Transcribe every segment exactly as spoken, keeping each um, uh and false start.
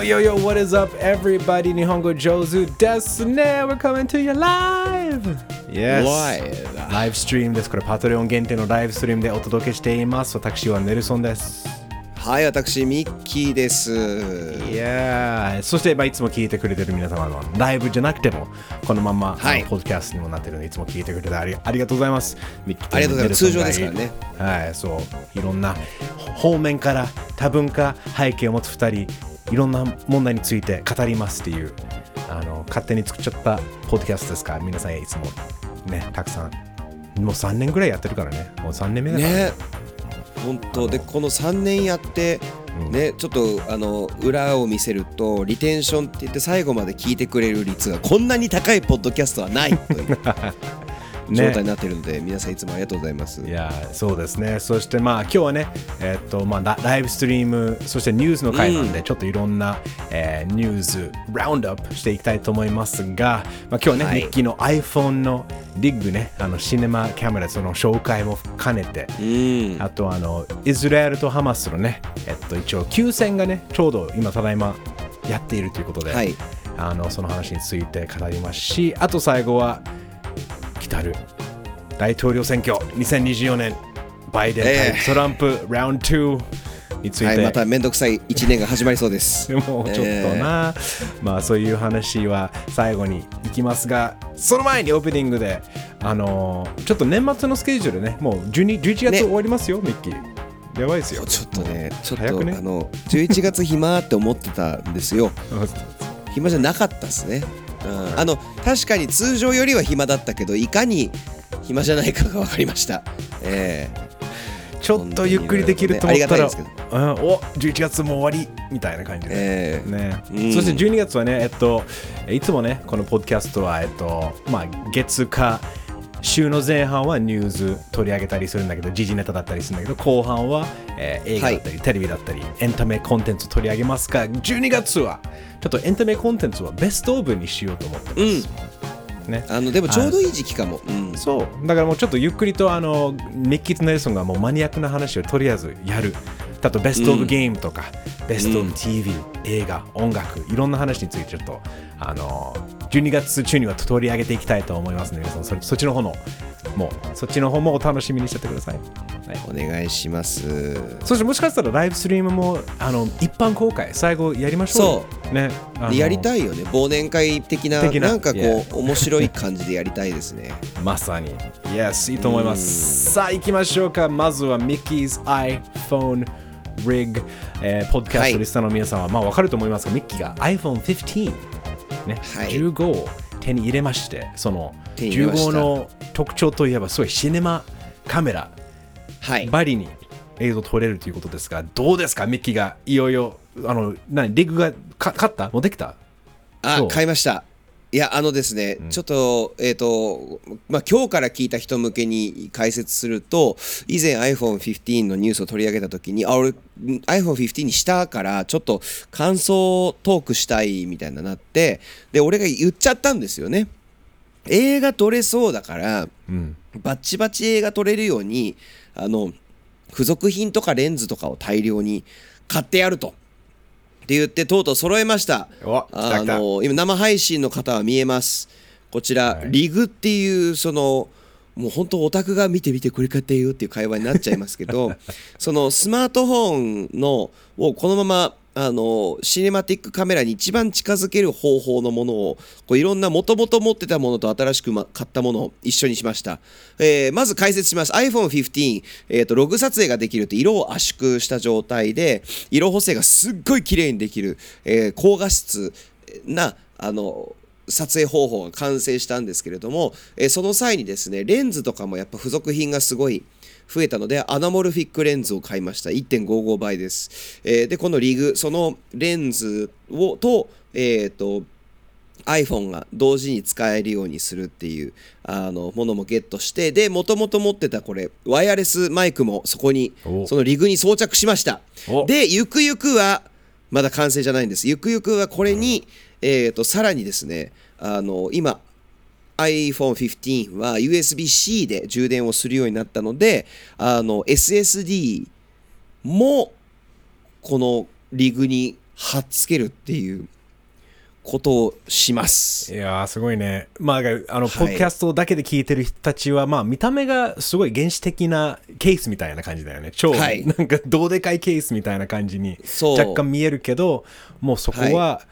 yo, yo, what is up, everybody? 日本語上手ですね。We're coming to you live. Yes. Live. ライブストリームです。これ、パトレオン限定のライブストリームでお届けしています。私はネルソンです。 はい、私、ミッキーです。 Yeah. そして、まあ、いつも聞いてくれてる皆様のライブじゃなくても、このまま、 はい、 ポッドキャストにもなってるので、いつも聞いてくれてあり、ありがとうございます。 ミッキーありがとうございます。通常ですからね。 はい、そう。いろんな方面から多文化背景を持つふたり、いろんな問題について語りますっていうあの勝手に作っちゃったポッドキャストですから、皆さんいつもねたくさんもうさんねんぐらいやってるからね。もうさんねんめだからね。本当でこのさんねんやってね、うん、ちょっとあの裏を見せるとリテンションって言って最後まで聞いてくれる率がこんなに高いポッドキャストはないという状態になっているので、ね、皆さんいつもありがとうございます。 いやそうですね。そしてまあ今日はね、えーっとまあ、ライブストリームそしてニュースの回なんで、うん、ちょっといろんな、えー、ニュースラウンドアップしていきたいと思いますが、まあ、今日はね、はい、ミッキーの iPhone のリッグね、あのシネマカメラその紹介も兼ねて、うん、あとあのイスラエルとハマスのね、えっと一応休戦がねちょうど今ただいまやっているということで、はい、あのその話について語りますし、あと最後は来たる大統領選挙にせんにじゅうよねんバイデン対トランプ、えー、ラウンドにについて、 はい、まためんどくさいいちねんが始まりそうですもうちょっとな、えー、まあそういう話は最後に行きますが、その前にオープニングであのー、ちょっと年末のスケジュールね、もうじゅういちがつ終わりますよ、ね、ミッキーやばいですよ。 ちょっとねちょっと、ね、あのじゅういちがつ暇って思ってたんですよ暇じゃなかったですね、うん、あの確かに通常よりは暇だったけど、いかに暇じゃないかが分かりました、えー、ちょっとゆっくりできると思ったら、ね、うん、おじゅういちがつも終わりみたいな感じで、えーねうん、そしてじゅうにがつはね、えっと、いつもねこのポッドキャストは、えっとまあ、月火週の前半はニュース取り上げたりするんだけど、時事ネタだったりするんだけど、後半は、えー、映画だったり、はい、テレビだったりエンタメコンテンツを取り上げますが、じゅうにがつはちょっとエンタメコンテンツはベストオブにしようと思ってます、うんね、 あのでもちょうどいい時期かも、うん、 そうだからもうちょっとゆっくりとあのミッキーとネルソンがもうマニアックな話をとりあえずやる。あとベストオブゲームとか、うん、ベストオブ ティーブイ、うん、映画、音楽、いろんな話についてちょっとあのじゅうにがつ中には取り上げていきたいと思いますので、そ, そ, そっちの方のもうそっちの方もお楽しみにしててください、はい、 お願いします。 そしてもしかしたらライブストリームもあの一般公開最後やりましょう。そう、ね、 やりたいよね。忘年会的 な, 的ななんかこう、yeah. 面白い感じでやりたいですねまさに Yes いいと思います。さあ行きましょうか。まずはミッキーズ iPhone Rig、えー、ポッドキャストリスナーの皆さんは、はい、まあ分かると思いますが、ミッキーが アイフォンフィフティーン、ねはい、じゅうごを手に入れまして、そのじゅうごの特徴といえばすごいシネマカメラ、はい、バリに映像撮れるということですが、どうですかミッキーがいよいよあの何リッグがか買ったもうできた？ あ買いました。いやあのですね、うん、ちょっとえっ、ー、とまあ今日から聞いた人向けに解説すると、以前 アイフォンフィフティーン のニュースを取り上げた時に、あ俺 アイフォンフィフティーン にしたからちょっと感想トークしたいみたいななって、で俺が言っちゃったんですよね。映画撮れそうだから、うん、バッチバチ映画撮れるようにあの付属品とかレンズとかを大量に買ってやるとって言ってとうとう揃えました。あの今生配信の方は見えます。こちら、はい、リグっていうそのもう本当オタクが見て見てこれ買ってよっていう会話になっちゃいますけどそのスマートフォンのをこのままあのシネマティックカメラに一番近づける方法のものをこういろんなもともと持ってたものと新しく、ま、買ったものを一緒にしました、えー、まず解説します。 アイフォンフィフティーン、えー、とログ撮影ができるって色を圧縮した状態で色補正がすっごい綺麗にできる、えー、高画質なあの撮影方法が完成したんですけれども、えー、その際にですねレンズとかもやっぱ付属品がすごい増えたのでアナモルフィックレンズを買いました。 いってんごご 倍です、えー、でこのリグそのレンズをと,、えー、と iPhone が同時に使えるようにするっていうあのものもゲットして、でもともと持ってたこれワイヤレスマイクもそこにそのリグに装着しました。でゆくゆくはまだ完成じゃないんです。ゆくゆくはこれに、えー、とさらにですねあの今アイフォンフィフティーン は ユーエスビー-C で充電をするようになったので、あの エスエスディー もこのリグに貼っつけるっていうことをします。 いやーすごいね。まああの、 はい、 ポッドキャストだけで聞いてる人たちは、まあ見た目がすごい原始的なケースみたいな感じだよね。超、はい、なんかどうでかいケースみたいな感じに若干見えるけど、もうそこは、はい、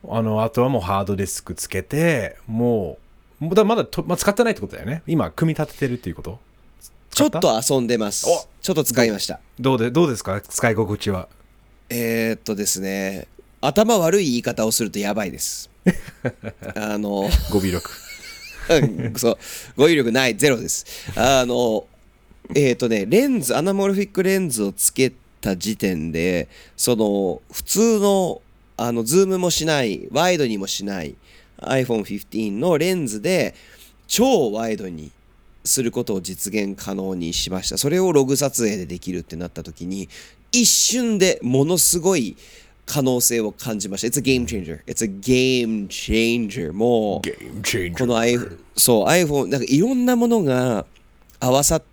あのあとはもうハードディスクつけて、もうまだまだと、まあ、使ってないってことだよね。今組み立ててるっていうこと？ ちょっと遊んでます。ちょっと使いました。 どうでどうですか、使い心地は？ えー、っとですね、頭悪い言い方をするとやばいです。あの語彙力そう語彙力ないゼロです。あのえー、っとねレンズアナモルフィックレンズをつけた時点で、その普通のあのズームもしないワイドにもしない アイフォンフィフティーン のレンズで超ワイドにすることを実現可能にしました。それをログ撮影でできるってなった時に、一瞬でものすごい可能性を感じました。It's a game changer. It's a game changer. もう game changer. この iPhone、そう iPhone なんかいろんなものが合わさって、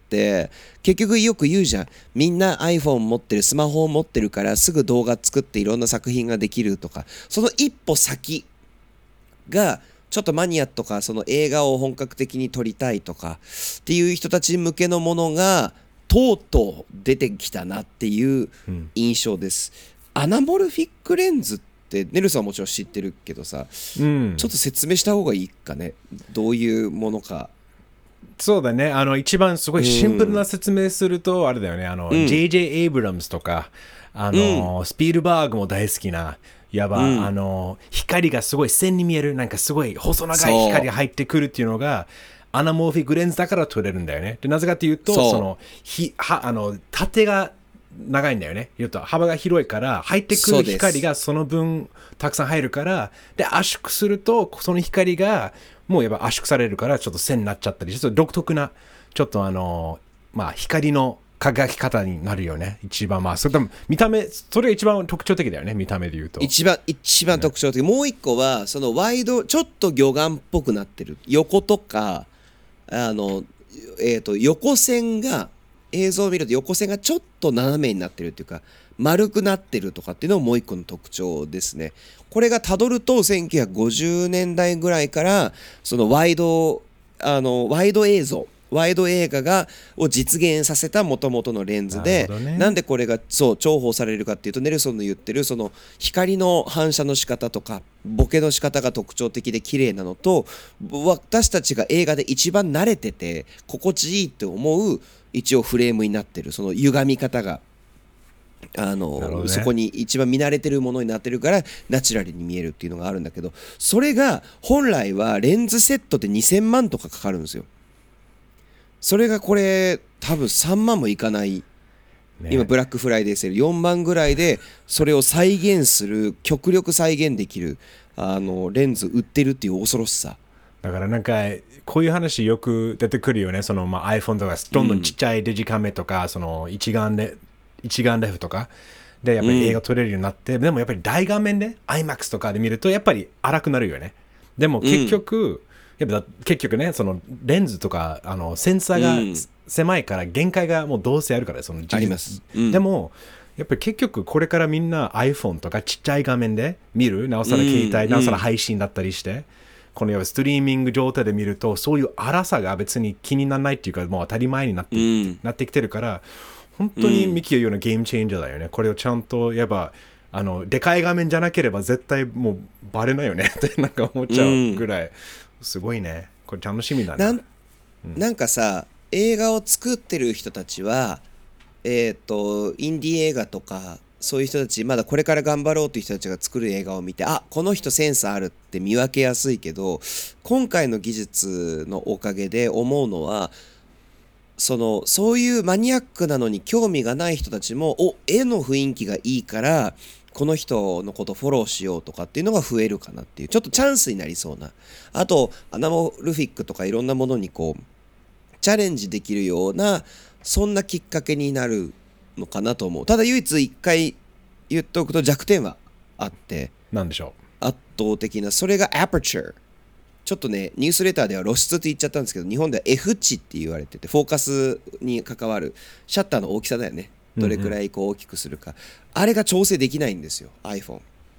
結局よく言うじゃん。みんな iPhone 持ってる、スマホを持ってるからすぐ動画作っていろんな作品ができるとか、その一歩先がちょっとマニアとか、その映画を本格的に撮りたいとかっていう人たち向けのものがとうとう出てきたなっていう印象です。うん、アナモルフィックレンズってネルさんはもちろん知ってるけどさ、うん、ちょっと説明した方がいいかね。どういうものか。 そうだね。あの一番すごいシンプルな説明するとあれだよね。あの、うん、ジェイジェイ エイブラムスとかあの、うん、スピルバーグも大好きな。やば、うん、あの光がすごい線に見える、なんかすごい細長い光が入ってくるっていうのがアナモーフィックレンズだから撮れるんだよね。でなぜかっていうと、そのひはあの縦が長いんだよね。言うと幅が広いから入ってくる光がその分たくさん入るから、で圧縮するとその光がもうやっぱ圧縮されるからちょっと線になっちゃったり、ちょっと独特なちょっとあのまあ光の輝き方になるよね。一番まあそれ多分見た目、それが一番特徴的だよね。見た目で言うと一番一番特徴的、ね、もう一個はそのワイド、ちょっと魚眼っぽくなってる横とか、あのえっ、ー、と横線が、映像を見ると横線がちょっと斜めになってるっていうか丸くなってるとかっていうのももう一個の特徴ですね。これがたどるとせんきゅうひゃくごじゅうねんだいぐらいからそのワイドあのワイド映像ワイド映画がを実現させた元々のレンズで、 な,、ね、なんでこれがそう重宝されるかっていうと、ネルソンの言ってるその光の反射の仕方とかボケの仕方が特徴的で綺麗なのと、私たちが映画で一番慣れてて心地いいって思う一応フレームになってる、その歪み方があの、ね、そこに一番見慣れてるものになってるからナチュラルに見えるっていうのがあるんだけど、それが本来はレンズセットでにせんまんとかかかるんですよ。それがこれ多分さんまんもいかない、ね、今ブラックフライデーセールよんまんぐらいでそれを再現する、極力再現できるあのレンズ売ってるっていう恐ろしさだから、なんかこういう話よく出てくるよね。その、まあ、iPhone とかどんどんちっちゃいデジカメとか、うん、その一眼レ一眼レフとかでやっぱり映画撮れるようになって、うん、でもやっぱり大画面で アイマックス とかで見るとやっぱり荒くなるよね。でも結局、うんやっぱ結局ね、そのレンズとかあのセンサーが狭いから限界がもうどうせあるから、そのあります、 うん、でもやっぱり結局これからみんな iPhone とかちっちゃい画面で見る、なおさら携帯、うん、なおさら配信だったりして、うん、このストリーミング状態で見るとそういう荒さが別に気にならないっていうか、もう当たり前になって、うん、なってきてるから、本当にミキが言うようなゲームチェンジャーだよね。これをちゃんとやっぱあのでかい画面じゃなければ絶対もうバレないよねってなんか思っちゃうぐらい、うんすごいね。これ楽しみだね。 なん、うん、なんかさ、映画を作ってる人たちはえっとインディー映画とかそういう人たち、まだこれから頑張ろうという人たちが作る映画を見て、あ、この人センスあるって見分けやすいけど、今回の技術のおかげで思うのは、そのそういうマニアックなのに興味がない人たちも、お、絵の雰囲気がいいからこの人のことフォローしようとかっていうのが増えるかなっていう、ちょっとチャンスになりそうな。あとアナモルフィックとかいろんなものにこうチャレンジできるような、そんなきっかけになるのかなと思う。ただ唯一一回言っておくと弱点はあって、 なんでしょう、圧倒的な、それがアパチュー。ちょっとねニュースレターでは露出って言っちゃったんですけど、日本では F 値って言われてて、フォーカスに関わるシャッターの大きさだよね。どれくらいこう大きくするか、うんうん、あれが調整できないんですよ iPhone。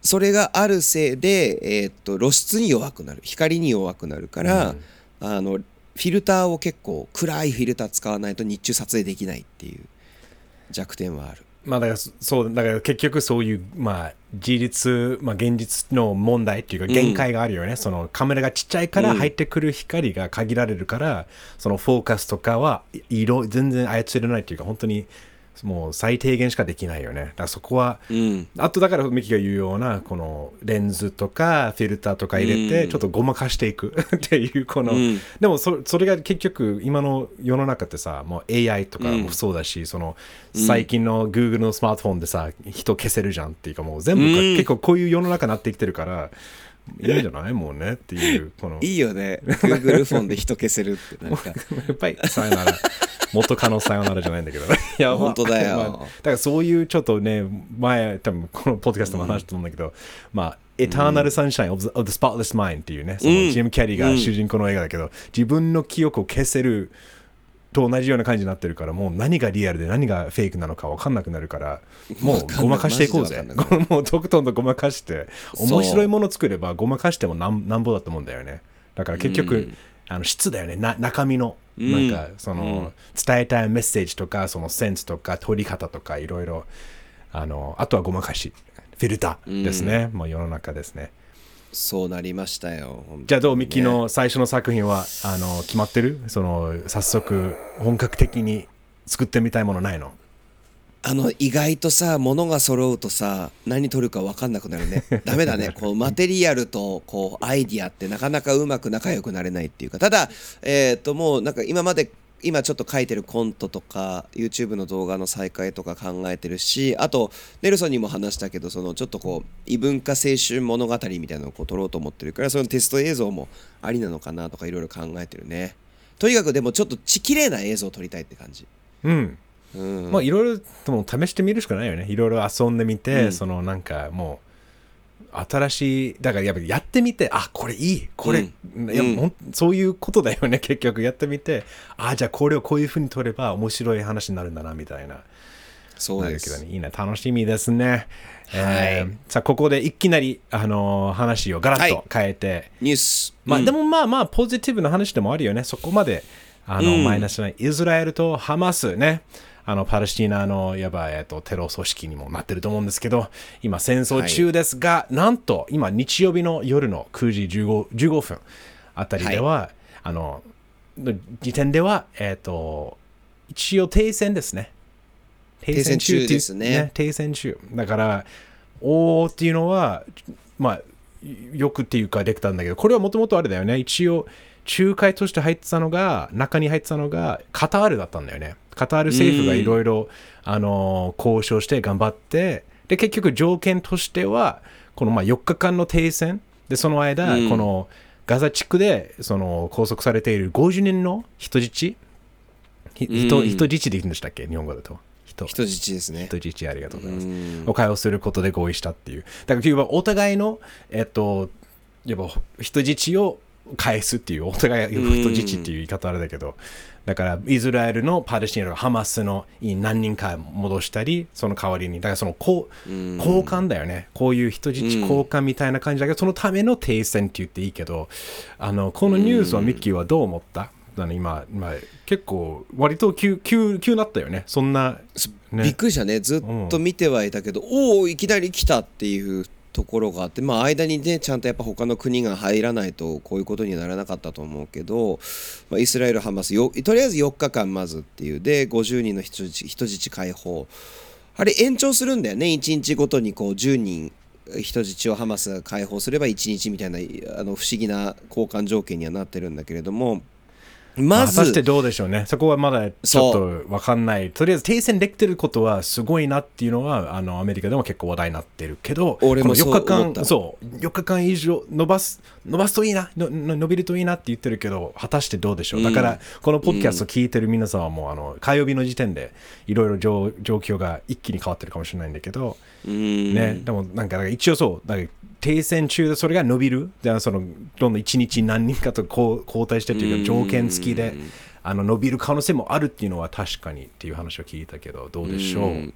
それがあるせいで、えー、っと露出に弱くなる、光に弱くなるから、うん、あのフィルターを結構暗いフィルター使わないと日中撮影できないっていう弱点はある。 まあだからそうだから結局そういうまあ事実、まあ、現実の問題っていうか限界があるよね、うん、そのカメラがちっちゃいから入ってくる光が限られるから、うん、そのフォーカスとかは色全然操れないっていうか本当にもう最低限しかできないよね。だからそこは、うん、あとだからミキが言うようなこのレンズとかフィルターとか入れてちょっとごまかしていくっていうこの、うん、でも そ, それが結局今の世の中ってさもう エーアイ とかもそうだし、うん、その最近の Google のスマートフォンでさ人消せるじゃんっていうかもう全部、うん、結構こういう世の中になってきてるからいいんじゃないもうねっていうこのいいよね Google フォンで人消せるってなんかやっぱりさよなら元カノさよならじゃないんだけどいや本当だよ、 まあ、だからそういうちょっとね前多分このポッドキャストも話したと思うんだけど、うん、まあエターナルサンシャイン of the, of the Spotless Mind っていうねそのジム・キャリーが主人公の映画だけど、うん、自分の記憶を消せると同じような感じになってるからもう何がリアルで何がフェイクなのか分かんなくなるからもうごまかしていこうぜもうとことんとごまかして面白いもの作ればごまかしてもなんなんぼだと思うんだよね。だから結局、うん、あの質だよねな中身のなんかその、うん、伝えたいメッセージとかそのセンスとか取り方とかいろいろあのあとはごまかしフィルターですね、うん、もう世の中ですね。 そうなりましたよ。 じゃあどうミキの最初の作品はあの決まってる？その早速本格的に作ってみたいものないの？ あの意外とさ物が揃うとさ何撮るか分かんなくなるね。ダメだねこうマテリアルとこうアイディアってなかなかうまく仲良くなれないっていうかただえっともうなんか今まで今ちょっと書いてるコントとか YouTube の動画の再開とか考えてるしあとネルソンにも話したけどそのちょっとこう異文化青春物語みたいなのをこう撮ろうと思ってるからそのテスト映像もありなのかなとかいろいろ考えてるね。とにかくでもちょっとち綺麗な映像を撮りたいって感じ。 うんうん、まあいろいろとも試してみるしかないよね。いろいろ遊んでみて、うん、そのなんかもう新しいだからやっぱりやってみてあこれいいこれ、うん、いや、うん、そういうことだよね。結局やってみてあじゃあこれをこういうふうに撮れば面白い話になるんだなみたいな。 そうです。 いいね楽しみですね。はいえー、さあここでいきなり、あのー、話をガラッと変えて、はい、 ニュース、 まあ、うん、でもまあまあポジティブな話でもあるよね。そこまであの、うん、マイナスないイスラエルとハマスねあのパレスチナのやばい、えっと、テロ組織にもなってると思うんですけど今戦争中ですが、はい、なんと今日曜日の夜のくじじゅうご、じゅうごふんあたりでは、はい、あの時点では、えっと、一応停戦ですね。 停戦中ですね。ね停戦中だからおーっていうのはまあよくっていうかできたんだけどこれはもともとあれだよね。一応仲介として入ってたのが中に入ってたのがカタールだったんだよね。カタール政府がいろいろ交渉して頑張ってで結局条件としてはこのまあよっかかんの停戦でその間、うん、このガザ地区でその拘束されているごじゅうにんの人質、うん、人, 人質でいいんでしたっけ日本語だと人, 人質ですね。 人質ありがとうございます。お会話をすることで合意したっていうだからお互いのえっとやっぱ人質を返すっていうお互い人質っていう言い方あれだけどだからイスラエルのパレスチナのハマスの何人か戻したりその代わりにだからその交換だよね。こういう人質交換みたいな感じだけどそのための停戦って言っていいけどあのこのニュースはミッキーはどう思った？あの 今, 今結構割と急急急なったよね。そんな、 ね、びっくりしたね。ずっと見てはいたけど、うん、おおいきなり来たっていうところがあってまあ間にねちゃんとやっぱ他の国が入らないとこういうことにはならなかったと思うけど、まあ、イスラエルハマスよとりあえずよっかかんまずっていうでごじゅうにんの人質、人質解放あれ延長するんだよね。いちにちごとにこうじゅうにん人質をハマスが解放すればいちにちみたいなあの不思議な交換条件にはなってるんだけれどもまず、 果たしてどうでしょうね。そこはまだちょっと分かんない。とりあえず停戦できてることはすごいなっていうのはあのアメリカでも結構話題になってるけど俺もそう思った。 よっかかんそうよっかかん以上伸ばす伸ばすといいなの伸びるといいなって言ってるけど果たしてどうでしょう、うん、だからこのポッドキャストを聞いてる皆さんはもう、うん、あの火曜日の時点でいろいろ状況が一気に変わってるかもしれないんだけど、うんね、でもなんか一応そうだから停戦中でそれが伸びるでそのどんどんいちにち何人かと交代してというか条件付きであの伸びる可能性もあるっていうのは確かにっていう話を聞いたけどどうでしょう。 うんう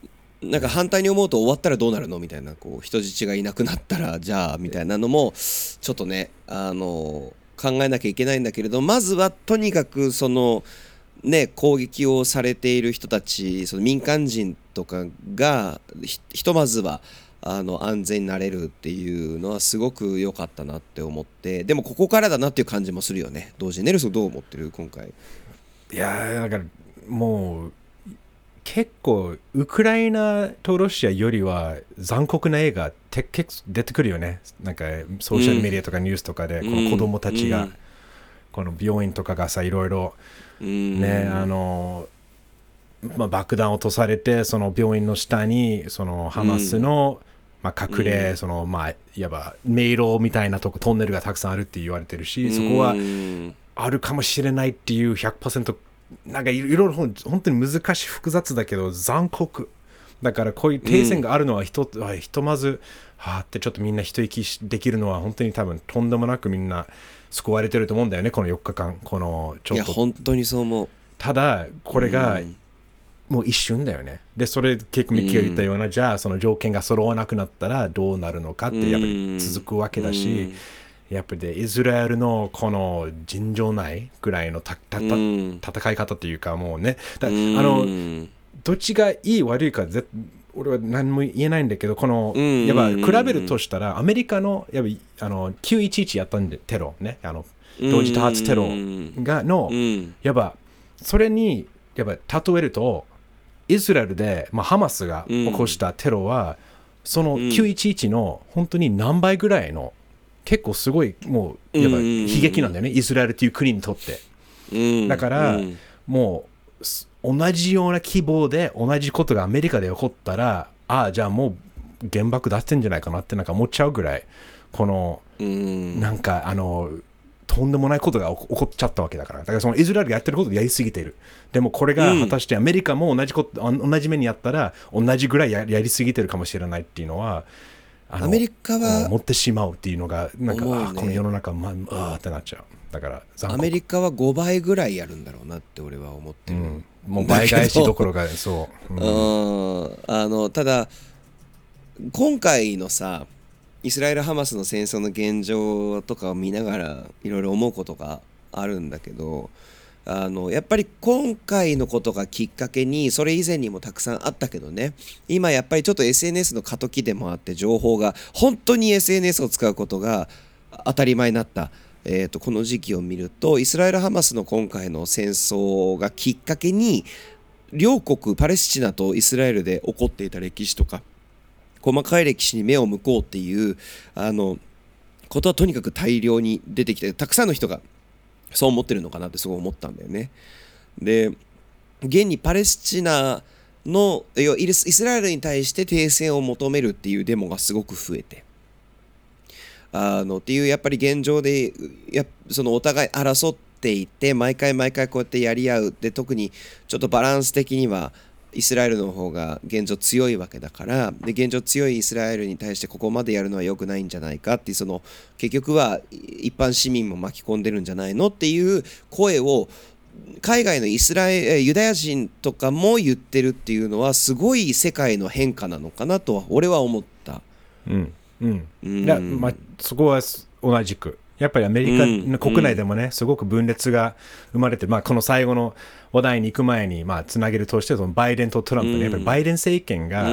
なんか反対に思うと終わったらどうなるのみたいな、こう人質がいなくなったらじゃあみたいなのもちょっとね、あの考えなきゃいけないんだけれど、まずはとにかくそのね、攻撃をされている人たち、その民間人とかが ひ, ひとまずはあの安全になれるっていうのはすごく良かったなって思って、でもここからだなっていう感じもするよね。同時にネルソンどう思ってる今回？ いやーだからもう結構ウクライナとロシアよりは残酷な映画って結構出てくるよね。なんかソーシャルメディアとかニュースとかで、この子供たちが、この病院とかがさ、いろいろね、あのまあ、爆弾を落とされて、その病院の下にそのハマスの、まあ、隠れ、そのまあいわば迷路みたいなとこ、トンネルがたくさんあるって言われてるし、そこはあるかもしれないっていう ひゃくパーセント、なんかいろいろ本当に難しい複雑だけど残酷だから、こういう停戦があるのはひと、うん、ひとまずはあってちょっとみんな一息できるのは本当に多分とんでもなくみんな救われてると思うんだよね、このよっかかん。このちょっと、いや本当にそう思う。 ただこれがもう一瞬だよね。でそれ結構ミキが言ったような、うん、じゃあその条件が揃わなくなったらどうなるのかってやっぱり続くわけだし、うんやっぱりでイスラエルのこの尋常ないぐらいのたたた戦い方っていうか、もうね、だあのどっちがいい悪いかぜ俺は何も言えないんだけど、このやっぱ比べるとしたらアメリカのやっぱあのきゅういちいちやったんでテロね、あの同時多発テロがのやっぱそれにやっぱ例えるとイスラエルで、まあ、ハマスが起こしたテロはそのきゅういちいちの本当に何倍ぐらいの結構すごいもうやっぱ悲劇なんだよね、イスラエルという国にとって。だからもう同じような規模で同じことがアメリカで起こったら、ああじゃあもう原爆出してんじゃないかなってなんか思っちゃうぐらい、このなんかあのとんでもないことが起こっちゃったわけだから。だからそのイスラエルがやってることでやりすぎている。でもこれが果たしてアメリカも同じこと同じ目にやったら同じぐらい や, やりすぎてるかもしれないっていうのはアメリカは持ってしまうっていうのがなんか、ね、あこの世の中まあってなっちゃう。だからアメリカはごばいぐらいやるんだろうなって俺は思ってる、うん、 もう倍返しどころがそう、うん、 うんあのただ今回のさイスラエル・ハマスの戦争の現状とかを見ながらいろいろ思うことがあるんだけど、あのやっぱり今回のことがきっかけに、それ以前にもたくさんあったけどね、今やっぱりちょっと エスエヌエス の過渡期でもあって、情報が本当に エスエヌエス を使うことが当たり前になった、えーと、この時期を見ると、イスラエル・ハマスの今回の戦争がきっかけに両国パレスチナとイスラエルで起こっていた歴史とか細かい歴史に目を向こうっていうあのことはとにかく大量に出てきて、たくさんの人がそう思ってるのかなってすごい思ったんだよね。で現にパレスチナのイスラエルに対して停戦を求めるっていうデモがすごく増えて、あのっていうやっぱり現状でやそのお互い争っていて、毎回毎回こうやってやり合う。で特にちょっとバランス的にはイスラエルの方が現状強いわけだから、で現状強いイスラエルに対してここまでやるのは良くないんじゃないかっていう、その結局は一般市民も巻き込んでるんじゃないのっていう声を海外のイスラエルユダヤ人とかも言ってるっていうのは、すごい世界の変化なのかなとは俺は思った。 うんうん、うん、いや、まあ、そこは同じくやっぱりアメリカの国内でもね、うん、すごく分裂が生まれて、まあ、この最後の話題に行く前に、まあ、つなげるとしてそのバイデンとトランプね、うん、やっぱりバイデン政権が、うん、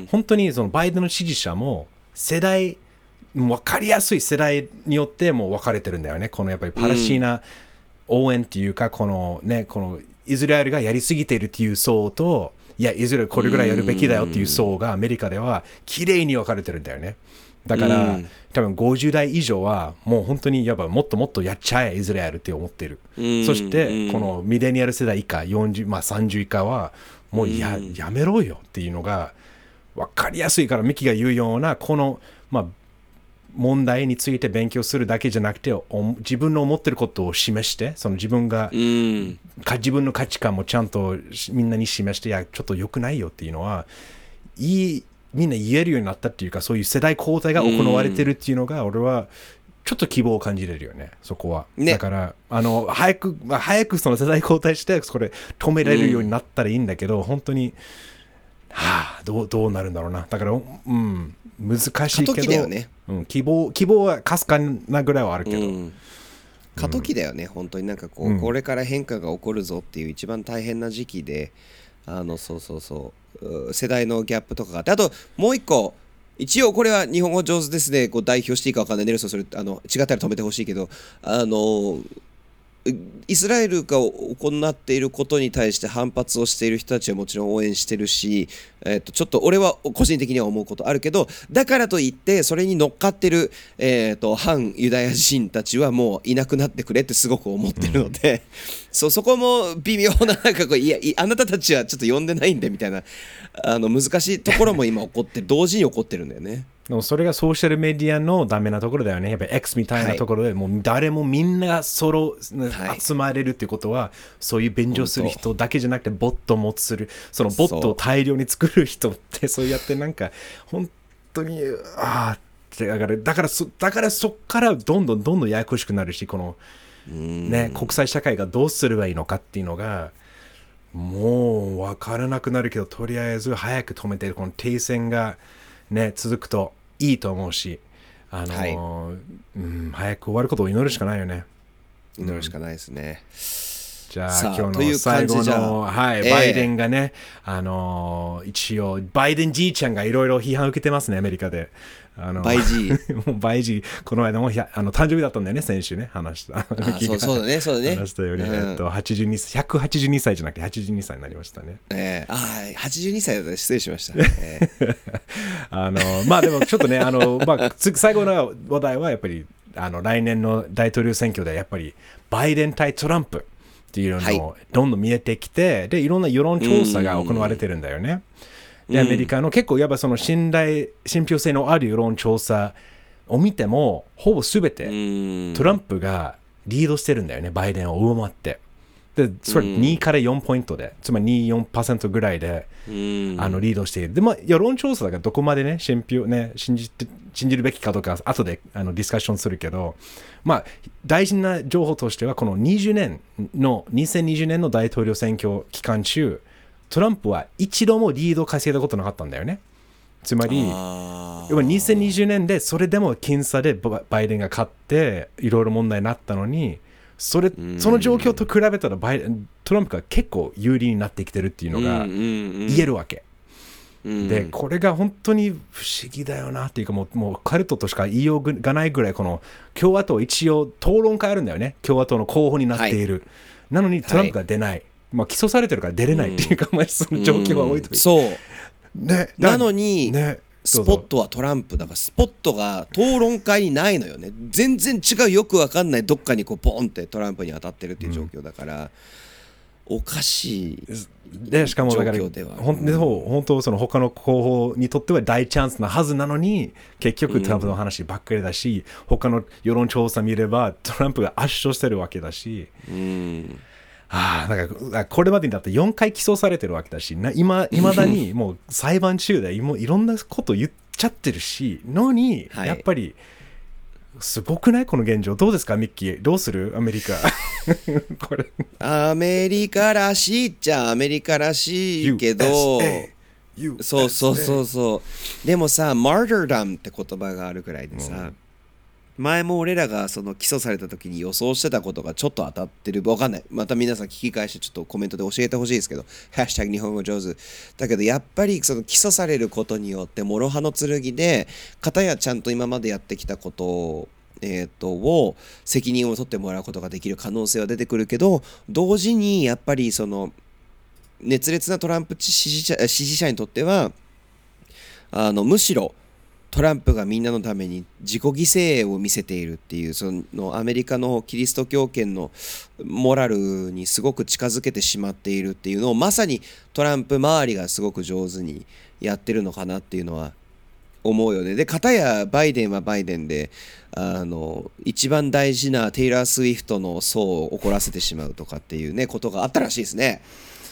本当にそのバイデンの支持者も世代分かりやすい世代によってもう分かれてるんだよね。このやっぱりパレスチナ応援っていうか、このねこのイスラエルがやりすぎているっていう層と、いやイスラエルこれぐらいやるべきだよっていう層がアメリカでは綺麗に分かれてるんだよね。だから、うん、多分ごじゅう代以上はもう本当にやっぱもっともっとやっちゃえイスラエルって思ってる、うん、そして、うん、このミレニアル世代以下よんじゅう、まあ、さんじゅう以下はもう や,、うん、やめろよっていうのが分かりやすいから、ミキが言うようなこの、まあ、問題について勉強するだけじゃなくて、自分の思ってることを示して、その自分が、うん、自分の価値観もちゃんとみんなに示して、いやちょっと良くないよっていうのはいいみんな言えるようになったっていうか、そういう世代交代が行われてるっていうのが、俺はちょっと希望を感じれるよね、そこは、ね、だからあの早く、まあ、早くその世代交代してこれ止められるようになったらいいんだけど、うん、本当にはあ、どうどうなるんだろうな。だから、うん、難しいけど、 過渡期だよね、 うん、希望希望はかすかなぐらいはあるけど、 うん、過渡期だよね、うん、本当になんかこう、うん、これから変化が起こるぞっていう一番大変な時期で、あのそうそうそう世代のギャップとかがあって、あともう一個、一応これは日本語上手ですね、こう代表していいか分かんない、ネルソンそれあの違ったら止めてほしいけど、あのイスラエルが行っていることに対して反発をしている人たちはもちろん応援してるし、えー、とちょっと俺は個人的には思うことあるけど、だからといってそれに乗っかってる、えー、と反ユダヤ人たちはもういなくなってくれってすごく思ってるので、うん、そ, そこも微妙な、なんかこういやあなたたちはちょっと呼んでないんでみたいな、あの難しいところも今起こって同時に起こってるんだよね。 でもそれがソーシャルメディアのダメなところだよね。やっぱり X みたいなところで、はい、もう誰もみんながそろ、はい、集まれるっていうことは、そういう便乗する人だけじゃなくてボットを持つる、そのボットを大量に作る人ってそうやってなんか本当にああだからだからそだからそっからどんどんどんどんややこしくなるし、このね国際社会がどうすればいいのかっていうのがもう分からなくなるけど、とりあえず早く止めてこの停戦がね続くといいと思うし、あのーはい、うん、早く終わることを祈るしかないよね。 祈るしかないですね。 うん、じゃあ今日の最後の、はい、えー、バイデンがね、あのー、一応バイデンじいちゃんがいろいろ批判を受けてますね、アメリカで。あのバイジーバイジーこの間もあの誕生日だったんだよね、先週ね話した。 あそうそうだねそうだね。 話したより、うん、えっとはちじゅうにひゃくはちじゅうにさいじゃなくてはちじゅうにさいになりましたね。 えー、あはちじゅうにさいだった、失礼しました。えー、 あのまあでもちょっとねあのまあ最後の話題はやっぱりあの来年の大統領選挙でやっぱりバイデン対トランプっていうのをどんどん見えてきて、はい、でいろんな世論調査が行われてるんだよね。でアメリカの結構やっぱその信頼信憑性のある世論調査を見てもほぼ全てトランプがリードしてるんだよね、バイデンを上回って。でそれにからよんポイントで、つまり にじゅうよんパーセント ぐらいであのリードしている。でも世論調査だからどこまでね信憑ね信じて信じるべきかとか後であのディスカッションするけど、まあ大事な情報としてはこのにじゅうねんのにせんにじゅうねんの大統領選挙期間中、トランプは一度もリードを稼いだことなかったんだよね。つまりにせんにじゅうねんでそれでも僅差でバイデンが勝っていろいろ問題になったのに、それその状況と比べたらバイデントランプが結構有利になってきてるっていうのが言えるわけで、これが本当に不思議だよなっていうか、もう、もうカルトとしか言いようがないぐらい、この共和党一応討論会あるんだよね、共和党の候補になっている、はい、なのにトランプが出ない、はい、まあ、起訴されてるから出れないっていうか、うん、まあ、その状況は置いといて、 そう、 ね、 なのに、ね、スポットはトランプだから、スポットが討論会にないのよね。全然違う、よくわかんないどっかにこうポンってトランプに当たってるっていう状況だから、うん、おかしいで、しかもだからほん本当その他の候補にとっては大チャンスなはずなのに、結局トランプの話ばっかりだし、うん、他の世論調査見ればトランプが圧勝してるわけだし、うん、ああ、なんかこれまでにだってよんかい起訴されてるわけだし、いまだにもう裁判中でもういろんなこと言っちゃってるしのに、はい、やっぱりすごくないこの現状。どうですかミッキー、どうするアメリカこれアメリカらしいっちゃアメリカらしいけど ユーエスエー そうそうそうそう。でもさ、マーターダムって言葉があるくらいでさ、うん、前も俺らがその起訴された時に予想してたことがちょっと当たってる、わかんない、また皆さん聞き返してちょっとコメントで教えてほしいですけど、ハッシュタグ日本語上手だけど、やっぱりその起訴されることによって諸刃の剣で、片やちゃんと今までやってきたことをえー、とを責任を取ってもらうことができる可能性は出てくるけど、同時にやっぱりその熱烈なトランプ支持者、支持者にとってはあのむしろトランプがみんなのために自己犠牲を見せているっていう、そのアメリカのキリスト教圏のモラルにすごく近づけてしまっているっていうのを、まさにトランプ周りがすごく上手にやってるのかなっていうのは思うよね。で、片やバイデンはバイデンで、あの一番大事なテイラー・スウィフトの層を怒らせてしまうとかっていうねことがあったらしいですね。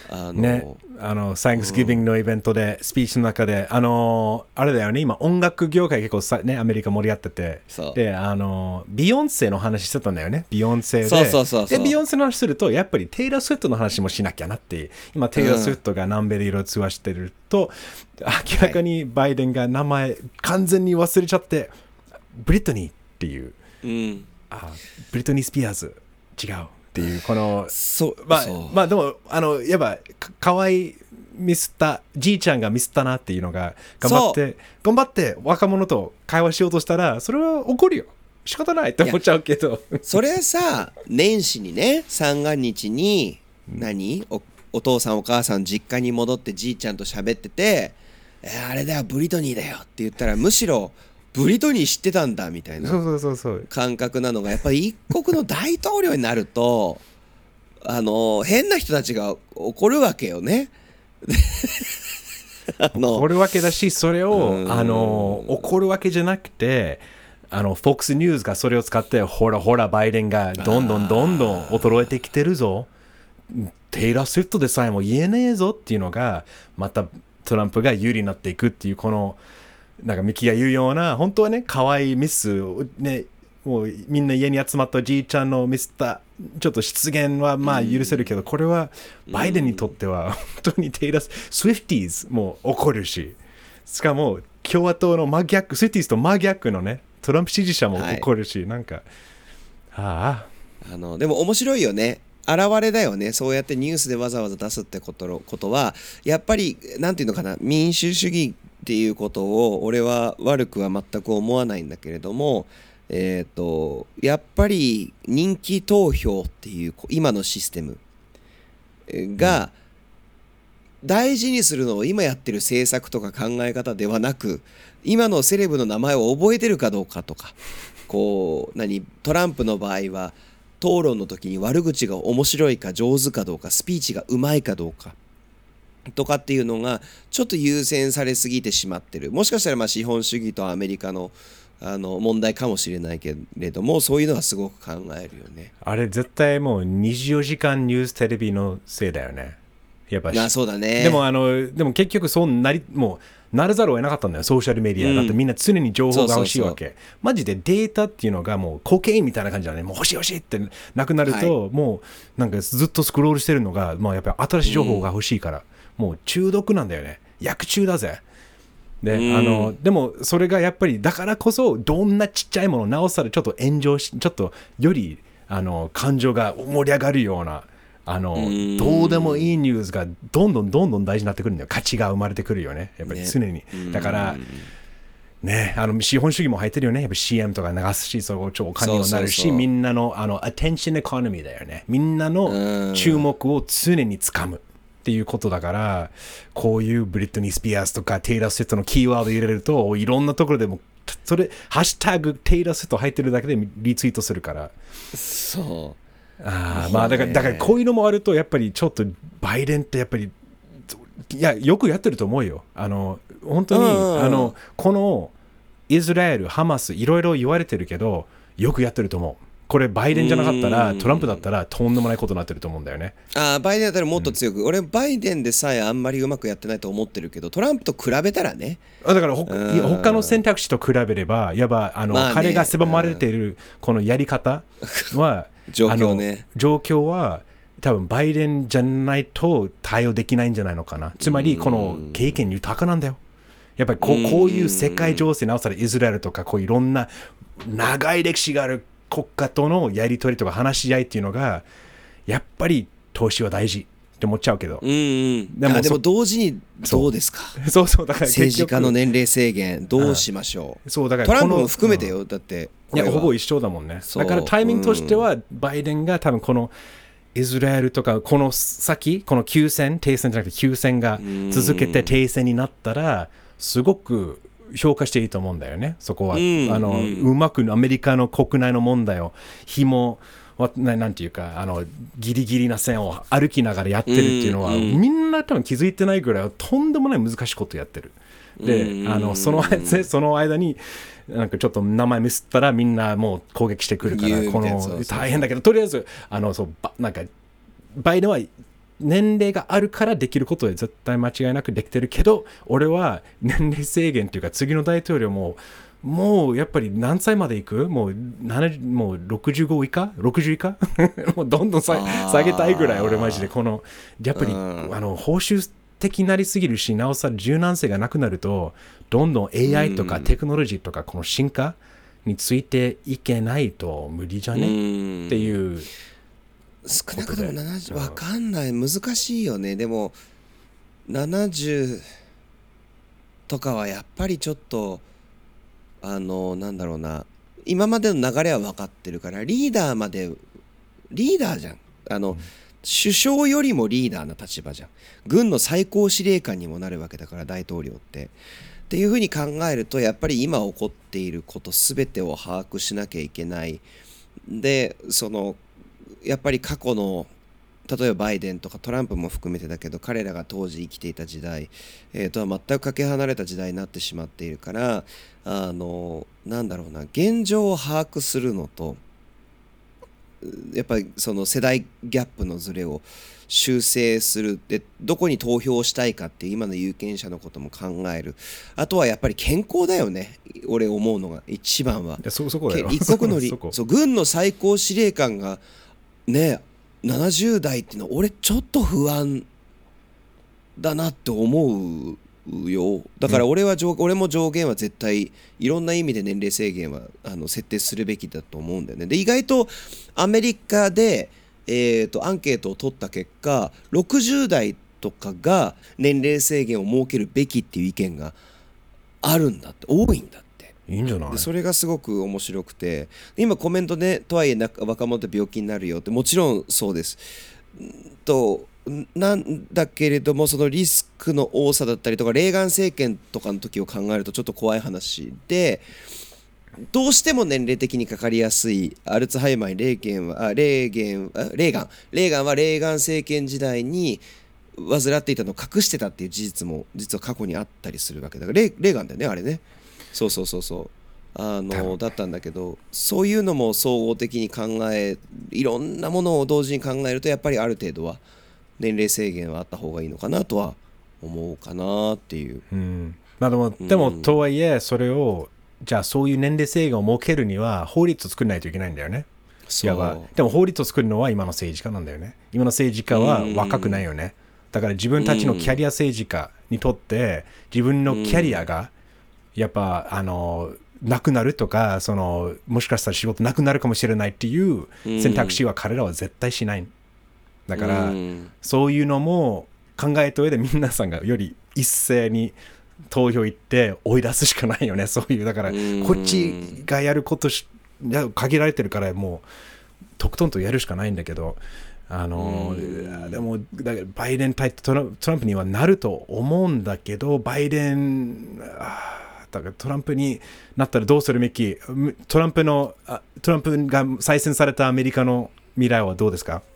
あのね、あの Thanksgiving のイベントでスピーチの中で、あのあれだよね、今音楽業界結構さ、ね、アメリカ盛り上がってて、であのビヨンセの話してたんだよね。ビヨンセで、 そうそうそうそう、 でビヨンセの話するとやっぱりテイラー・スウィフトの話もしなきゃなって、今テイラー・スウィフトが南米でいろいろツアーしてると、うん、明らかにバイデンが名前完全に忘れちゃって、ブリトニーっていう、 うん、 あブリトニー・スピアーズ違うっていうこのそうまあそうまあでもあのやっぱかかわいミスったじいちゃんがミスったなっていうのが頑張って頑張って若者と会話しようとしたらそれは怒るよ、仕方ないって思っちゃうけど、 それはさ年始にね三が日に何 お, お父さんお母さん実家に戻ってじいちゃんと喋ってて、えー、あれだよブリトニーだよって言ったらむしろブリトニー知ってたんだみたいな感覚なのがやっぱり一国の大統領になるとあの変な人たちが怒るわけよねあの怒るわけだし、それをあの怒るわけじゃなくて、あの FOX ニュースがそれを使ってほらほらバイデンがどんどんどんどん衰えてきてるぞ、テイラー・スウィフトでさえも言えねえぞっていうのがまたトランプが有利になっていくっていう、このなんかミキが言うような本当はね可愛いミスね、もうみんな家に集まったじいちゃんのミスったちょっと失言はまあ許せるけど、これはバイデンにとっては本当にテイラー・スウィフティーズも怒るし、しかも共和党の真逆、スウィフティーズと真逆のねトランプ支持者も怒るし、はい、なんかあああのでも面白いよね、現れだよね。そうやってニュースでわざわざ出すってことのことはやっぱりなんていうのかな、民主主義っていうことを俺は悪くは全く思わないんだけれども、えーと、やっぱり人気投票っていう今のシステムが大事にするのを今やってる政策とか考え方ではなく、今のセレブの名前を覚えてるかどうかとか、こう何トランプの場合は討論の時に悪口が面白いか上手かどうか、スピーチがうまいかどうかとかっていうのがちょっと優先されすぎてしまってる。もしかしたらまあ資本主義とアメリカのあの問題かもしれないけれども、そういうのはすごく考えるよね。 あれ絶対もうにじゅうよじかんニューステレビのせいだよね。やっぱり。 あ、そうだね。 でもあのでも結局そうなりもうなるざるを得なかったんだよ、ソーシャルメディア、うん、だってみんな常に情報が欲しいわけ。そうそうそう、マジでデータっていうのがもうコケインみたいな感じだね。もう欲しい欲しいってなくなると、はい、もうなんかずっとスクロールしてるのが、まあ、やっぱり新しい情報が欲しいから、うん、もう中毒なんだよね。薬中だぜ。で、うん、あのでもそれがやっぱりだからこそどんなちっちゃいものなおさらちょっと炎上し、ちょっとよりあの感情が盛り上がるような、あのどうでもいいニュースがどんどんどんどん大事になってくるんだよ。価値が生まれてくるよね、やっぱり常に、ね、だからね、あの資本主義も入ってるよね。やっぱ シーエム とか流すし、そこ超お金にもなるし、そうそうそう、みんなのあのアテンションエコノミーだよね。みんなの注目を常につかむっていうことだから、こういうブリトニー・スピアーズとかテイラー・スウィフトのキーワード入れるといろんなところでもそれハッシュタグテイラー・スウィフト入ってるだけでリツイートするから、 そう、 あ、まあだからだからこういうのもあるとやっぱりちょっとバイデンってやっぱりいやよくやってると思うよ。あの本当にあのこのイスラエルハマスいろいろ言われてるけどよくやってると思う。これバイデンじゃなかったらトランプだったらとんでもないことになってると思うんだよね。 あ、バイデンだったらもっと強く、うん、俺バイデンでさえあんまりうまくやってないと思ってるけど、トランプと比べたらね、 だからほ他の選択肢と比べればやばあの、まあね、彼が狭まれているこのやり方は状況ね、 状況は多分バイデンじゃないと対応できないんじゃないのかな。つまりこの経験豊かなんだよ。やっぱりこ う, こういう世界情勢なおさらイスラエルとかこういろんな長い歴史がある国家とのやり取りとか話し合いっていうのがやっぱり投資は大事って思っちゃうけど、 うんうん、でもでも同時にどうですか。 そうそう、だから政治家の年齢制限どうしましょう。 そうだからトランプも含めてよ、うん、だっていやほぼ一緒だもんね。だからタイミングとしては、うん、バイデンが多分このイスラエルとかこの先この休戦停戦じゃなくて休戦が続けて停戦になったらすごく評価していいと思うんだよね。そこは、うん、あの、うん、うまくアメリカの国内の問題を紐なんていうかあのギリギリな線を歩きながらやってるっていうのは、うん、みんな多分気づいてないぐらいとんでもない難しいことやってる。で、うん、あのそのその間になんかちょっと名前ミスったらみんなもう攻撃してくるからこの大変だけど、とりあえずあのそうなんかバイデンは年齢があるからできることで絶対間違いなくできてるけど、俺は年齢制限っていうか次の大統領ももうやっぱり何歳までいくもうななじゅうもうろくじゅうご以下ろくじゅう以下もうどんどん下下げたいぐらい俺マジでこのやっぱりあの報酬的になりすぎるし、なおさら柔軟性がなくなるとどんどん エーアイ とかテクノロジーとかこの進化についていけないと無理じゃねっていう。 少なくともななじゅうわかんない、難しいよね。でもななじゅうとかはやっぱりちょっとあのなんだろうな、今までの流れは分かってるからリーダーまでリーダーじゃん。あの、うん、首相よりもリーダーな立場じゃん。軍の最高司令官にもなるわけだから大統領ってっていうふうに考えると、やっぱり今起こっていること全てを把握しなきゃいけない。でそのやっぱり過去の例えばバイデンとかトランプも含めてだけど、彼らが当時生きていた時代、えー、とは全くかけ離れた時代になってしまっているから、あのなんだろうな、現状を把握するのとやっぱりその世代ギャップのズレを修正するで、どこに投票したいかっていう今の有権者のことも考える。あとはやっぱり健康だよね。俺思うのが一番は、いやそそこだよ。 一国のりそう軍の最高司令官がねななじゅう代っていうのは俺ちょっと不安だなって思うよ。だから俺は上、うん、俺も上限は絶対いろんな意味で年齢制限はあの設定するべきだと思うんだよね。で意外とアメリカで、えーと、アンケートを取った結果ろくじゅう代とかが年齢制限を設けるべきっていう意見があるんだって、多いんだって。 いいんじゃない？ でそれがすごく面白くて、今コメントで、ね、とはいえ若者って病気になるよって、もちろんそうですとなんだけれども、そのリスクの多さだったりとかレーガン政権とかの時を考えるとちょっと怖い話で、どうしても年齢的にかかりやすいアルツハイマーにレーゲンはあレーゲンあレーガンレーガンはレーガン政権時代に患っていたのを隠してたっていう事実も実は過去にあったりするわけだから、レー、レーガンだよねあれね。そうそうそうそうあのだったんだけど、そういうのも総合的に考え、いろんなものを同時に考えるとやっぱりある程度は年齢制限はあった方がいいのかなとは思うかなっていう、 うん、まあでも、うん、でもとはいえそれをじゃあそういう年齢制限を設けるには法律を作らないといけないんだよね。 そういわばでも法律を作るのは今の政治家なんだよね。今の政治家は若くないよね。だから自分たちのキャリア政治家にとって自分のキャリアがやっぱあのなくなるとか、そのもしかしたら仕事なくなるかもしれないっていう選択肢は彼らは絶対しない。だからそういうのも考えた上で皆さんがより一斉に投票行って追い出すしかないよね。そういうだからこっちがやることし限られてるからもうとくとんとやるしかないんだけど、あのでもだからバイデン対トラトランプにはなると思うんだけど、バイデンだからトランプになったらどうするべき？トランプのトランプが再選されたアメリカの未来はどうですか？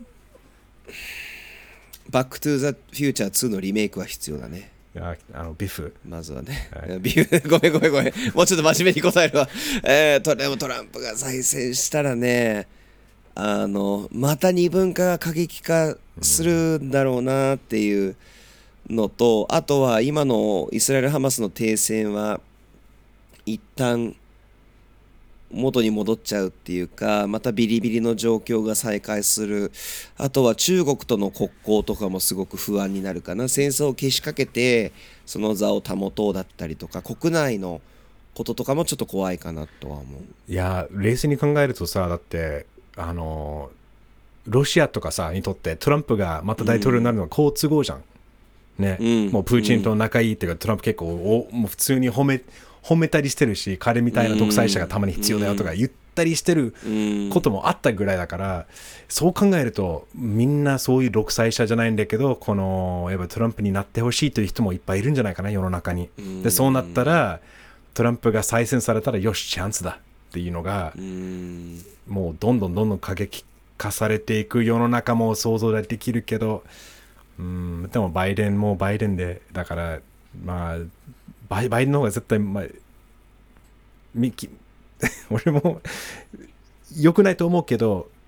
バックトゥーザフューチャーツーのリメイクは必要だね。 ああのビフまずはね、はい、ビフごめんごめんごめんもうちょっと真面目に答えるわ、えー、とでもトランプが再選したらね、あのまた二分化が過激化するんだろうなっていうのと、あとは今のイスラエル・ハマスの停戦は一旦元に戻っちゃうっていうか、またビリビリの状況が再開する。あとは中国との国交とかもすごく不安になるかな。戦争をけしかけてその座を保とうだったりとか、国内のこととかもちょっと怖いかなとは思う。 いや冷静に考えるとさ、だってあのロシアとかさにとってトランプがまた大統領になるのは好都合じゃん、ね、うん、もうプーチンと仲いいっていうか、トランプ結構おもう普通に褒め褒めたりしてるし、彼みたいな独裁者がたまに必要だよとか言ったりしてることもあったぐらいだから、そう考えるとみんなそういう独裁者じゃないんだけど、このやっぱトランプになってほしいという人もいっぱいいるんじゃないかな世の中に。でそうなったらトランプが再選されたらよしチャンスだっていうのがもうどんどんどんどん過激化されていく世の中も想像できるけど、うん、でもバイデンもバイデンでだからまあバイバイデンの方が絶対、まあ、ミキ俺も良くないと思うけど、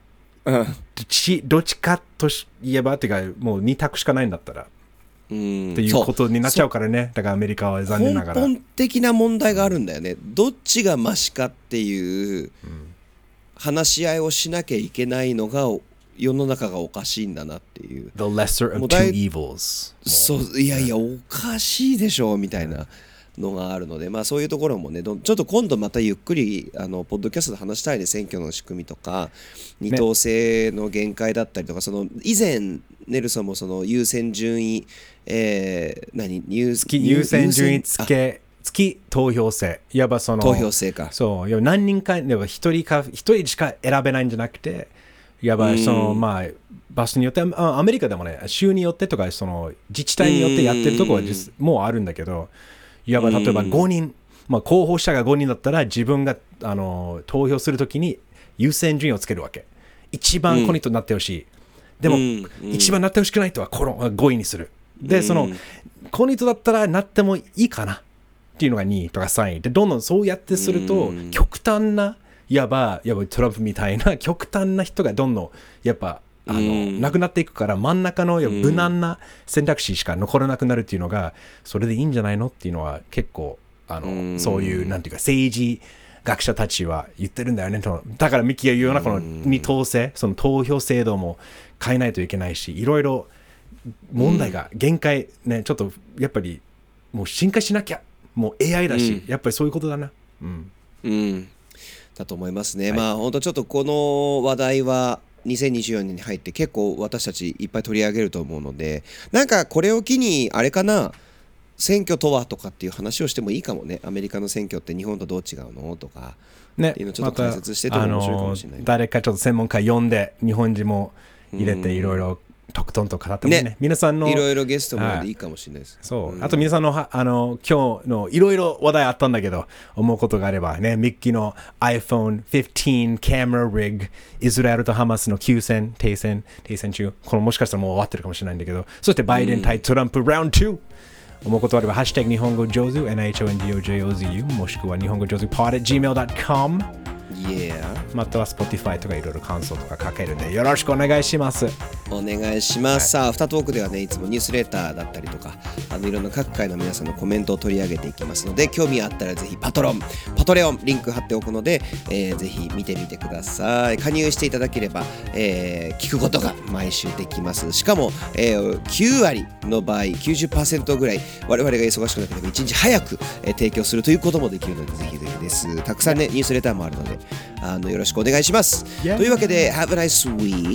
うんどっちどっちかといえばっていうかもうに択しかないんだったらうんっていうことになっちゃうからね。だからアメリカは残念ながら根本的な問題があるんだよね。どっちがマシかっていう話し合いをしなきゃいけないのが世の中がおかしいんだなっていう。 The lesser も of うだ two い evils。 そういやいやおかしいでしょみたいなのがあるので、まあそういうところもねどちょっと今度またゆっくりあのポッドキャストで話したいね。選挙の仕組みとか二党制の限界だったりとか、その以前ネルソンもその優先順位、えー、何優月優先順位付け月投票制、いわばその投票制か、 そう、いわば何人かでは一人か一人しか選べないんじゃなくて、いわばそのまあ場所によってあアメリカでもね州によってとかその自治体によってやってるところは実もうあるんだけど、いわば例えばごにん、まあ、候補者がごにんだったら自分があの投票するときに優先順位をつけるわけ。一番この人になってほしい、でも、うんうん、一番なってほしくない人はこのごいにする。で、うん、そのこの人だったらなってもいいかなっていうのがにいとかさんいで、どんどんそうやってすると、うん、極端ないわばいわばトランプみたいな極端な人がどんどんやっぱあの、うん、なくなっていくから、真ん中の無難な選択肢しか残らなくなるっていうのがそれでいいんじゃないのっていうのは結構あの、うん、そういうなんていうか政治学者たちは言ってるんだよね。だからミキが言うようなこの二党制、その投票制度も変えないといけないし、いろいろ問題が限界ね、ちょっとやっぱりもう進化しなきゃ、もう エーアイ だし、うん、やっぱりそういうことだな。うん、 うん、だと思いますね。はい、まあ本当ちょっとこの話題はにせんにじゅうよねんに入って結構私たちいっぱい取り上げると思うので、なんかこれを機にあれかな、選挙とはとかっていう話をしてもいいかもね。アメリカの選挙って日本とどう違うのとかっていうのをちょっと解説してても面白いかもしれない、ね、 誰かちょっと専門家呼んで日本人も入れていろいろとくとんと語ってもね、ね、皆さんのいろいろゲストもでいいかもしれないです。 そう、うん、あと皆さんのあの今日のいろいろ話題あったんだけど、思うことがあればね、ミッキーの アイフォンフィフティーン カメラリグ、イスラエルとハマスの休戦停戦停戦中、このもしかしたらもう終わってるかもしれないんだけど、そしてバイデン対トランプラウンドツー、思うことあれば、ハッシュタグ日本語上手 エヌエイチオーエヌジーオージェーオーゼットユー もしくは日本語上手 ポッド アットジーメールドットコム、 yeah. または Spotify とかいろいろ感想とか書けるんでよろしくお願いします。 お願いします、はい、さあアフタートークではね、いつもニュースレターだったりとか、あのいろんな各界の皆さんのコメントを取り上げていきますので、興味あったらぜひパトロンパトレオンリンク貼っておくので、えー、ぜひ見てみてください。加入していただければ、えー、聞くことが毎週できます。しかも、えー、きゅうわりの場合 きゅうじゅっパーセント ぐらい我々が忙しくなければいちにち早く、えー、提供するということもできるので、ぜひぜひです。たくさんねニュースレターもあるので、あのよろしくお願いします。Yeah. というわけで Have a nice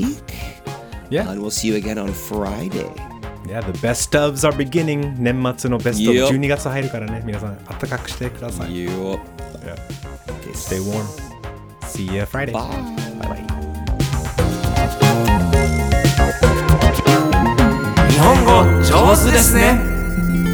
week、yeah. and we'll see you again on Friday。Yeah, the best ofs are beginning. 年末のベスト、yep. じゅうにがつ入るからね、皆さん暖かくしてください。 Yep. Yeah. Stay warm. See you Friday. Bye. Bye bye. 日本語上手ですね。